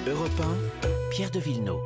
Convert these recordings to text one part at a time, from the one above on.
Europe 1, Pierre de Villeneuve.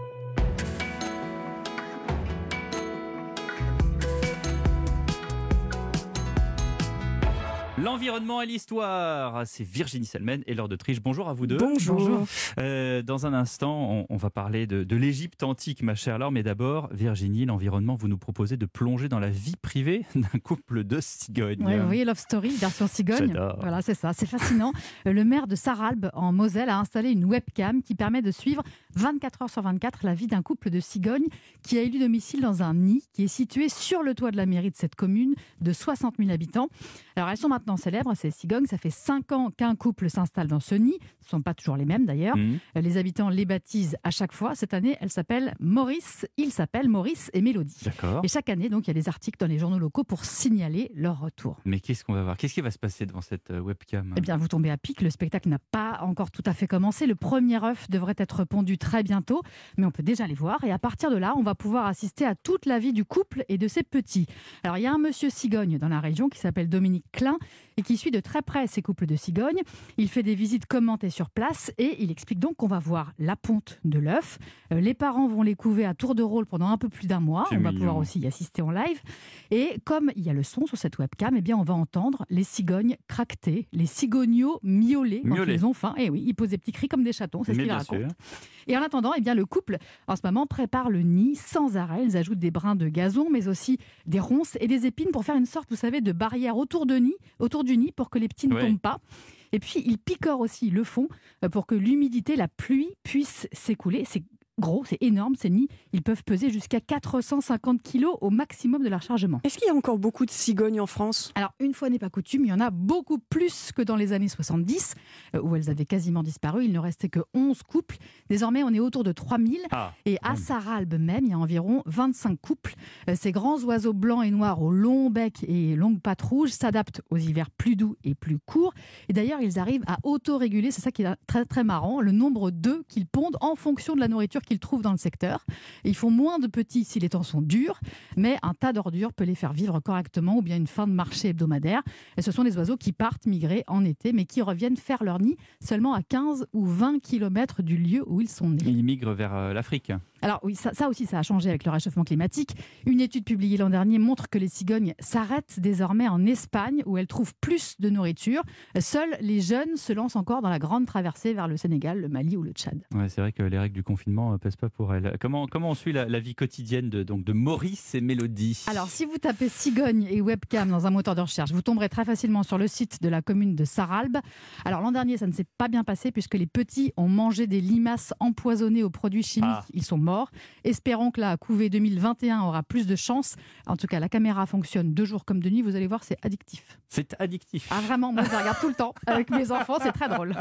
L'environnement et l'histoire, c'est Virginie Selmen et Laure Detriche. Bonjour à vous deux. Bonjour. Dans un instant, on va parler de l'Égypte antique, ma chère Laure. Mais d'abord, Virginie, l'environnement, vous nous proposez de plonger dans la vie privée d'un couple de cigognes. Ouais, vous voyez Love Story, version cigogne. J'adore. Voilà, c'est ça, c'est fascinant. Le maire de Sarralbe, en Moselle, a installé une webcam qui permet de suivre 24 heures sur 24 la vie d'un couple de cigognes qui a élu domicile dans un nid qui est situé sur le toit de la mairie de cette commune de 60 000 habitants. Alors, elles sont maintenant célèbres, ces cigognes. Ça fait 5 ans qu'un couple s'installe dans ce nid. Ce ne sont pas toujours les mêmes d'ailleurs. Les habitants les baptisent à chaque fois. Cette année, elles s'appellent Maurice. Ils s'appellent Maurice et Mélodie. D'accord. Et chaque année, donc, il y a des articles dans les journaux locaux pour signaler leur retour. Mais qu'est-ce qu'on va voir? Qu'est-ce qui va se passer devant cette webcam? Eh bien, vous tombez à pic. Le spectacle n'a pas encore tout à fait commencé. Le premier œuf devrait être pondu très bientôt, mais on peut déjà les voir. Et à partir de là, on va pouvoir assister à toute la vie du couple et de ses petits. Alors, il y a un monsieur cigogne dans la région qui s'appelle Dominique Klein et qui suit de très près ces couples de cigognes. Il fait des visites commentées sur place et il explique donc qu'on va voir la ponte de l'œuf. Les parents vont les couver à tour de rôle pendant un peu plus d'un mois. C'est On va mignon. pouvoir aussi y assister en live. Et comme il y a le son sur cette webcam, eh bien on va entendre les cigognes craqueter, les cigognos miauler quand Miauler. ils ont faim. Et oui, ils posent des petits cris comme des chatons, c'est ce Mais qu'ils bien racontent. sûr. Et en attendant, eh bien, le couple, en ce moment, prépare le nid sans arrêt. Ils ajoutent des brins de gazon, mais aussi des ronces et des épines pour faire une sorte, vous savez, de barrière autour du nid pour que les petits ne Ouais. tombent pas. Et puis, ils picorent aussi le fond pour que l'humidité, la pluie puisse s'écouler. C'est gros, c'est énorme, ces nids. Ils peuvent peser jusqu'à 450 kilos au maximum de leur chargement. Est-ce qu'il y a encore beaucoup de cigognes en France ? Alors, une fois n'est pas coutume, il y en a beaucoup plus que dans les années 70, où elles avaient quasiment disparu. Il ne restait que 11 couples. Désormais, on est autour de 3000. Ah, Et à Sarralbe même, il y a environ 25 couples. Ces grands oiseaux blancs et noirs au long bec et longues pattes rouges s'adaptent aux hivers plus doux et plus courts. Et d'ailleurs, ils arrivent à auto-réguler, c'est ça qui est très très marrant, le nombre d'œufs qu'ils pondent en fonction de la nourriture qu'ils trouvent dans le secteur. Et ils font moins de petits si les temps sont durs, mais un tas d'ordures peut les faire vivre correctement ou bien une fin de marché hebdomadaire. Et ce sont des oiseaux qui partent migrer en été, mais qui reviennent faire leur nid seulement à 15 ou 20 km du lieu où ils sont nés. ils migrent vers l'Afrique. Alors oui, ça aussi, ça a changé avec le réchauffement climatique. Une étude publiée l'an dernier montre que les cigognes s'arrêtent désormais en Espagne, où elles trouvent plus de nourriture. Seuls les jeunes se lancent encore dans la grande traversée vers le Sénégal, le Mali ou le Tchad. Ouais, c'est vrai que les règles du confinement ne pèsent pas pour elles. Comment on suit la vie quotidienne de Maurice et Mélodie? Alors, si vous tapez cigogne et webcam dans un moteur de recherche, vous tomberez très facilement sur le site de la commune de Sarralbe. Alors, l'an dernier, ça ne s'est pas bien passé puisque les petits ont mangé des limaces empoisonnées aux produits chimiques. Ah. Ils sont morts. Espérons que la couvée 2021 aura plus de chance. En tout cas, la caméra fonctionne 2 jours comme de nuit. Vous allez voir, c'est addictif. C'est addictif. Ah, vraiment, moi, je la regarde tout le temps avec mes enfants. C'est très drôle.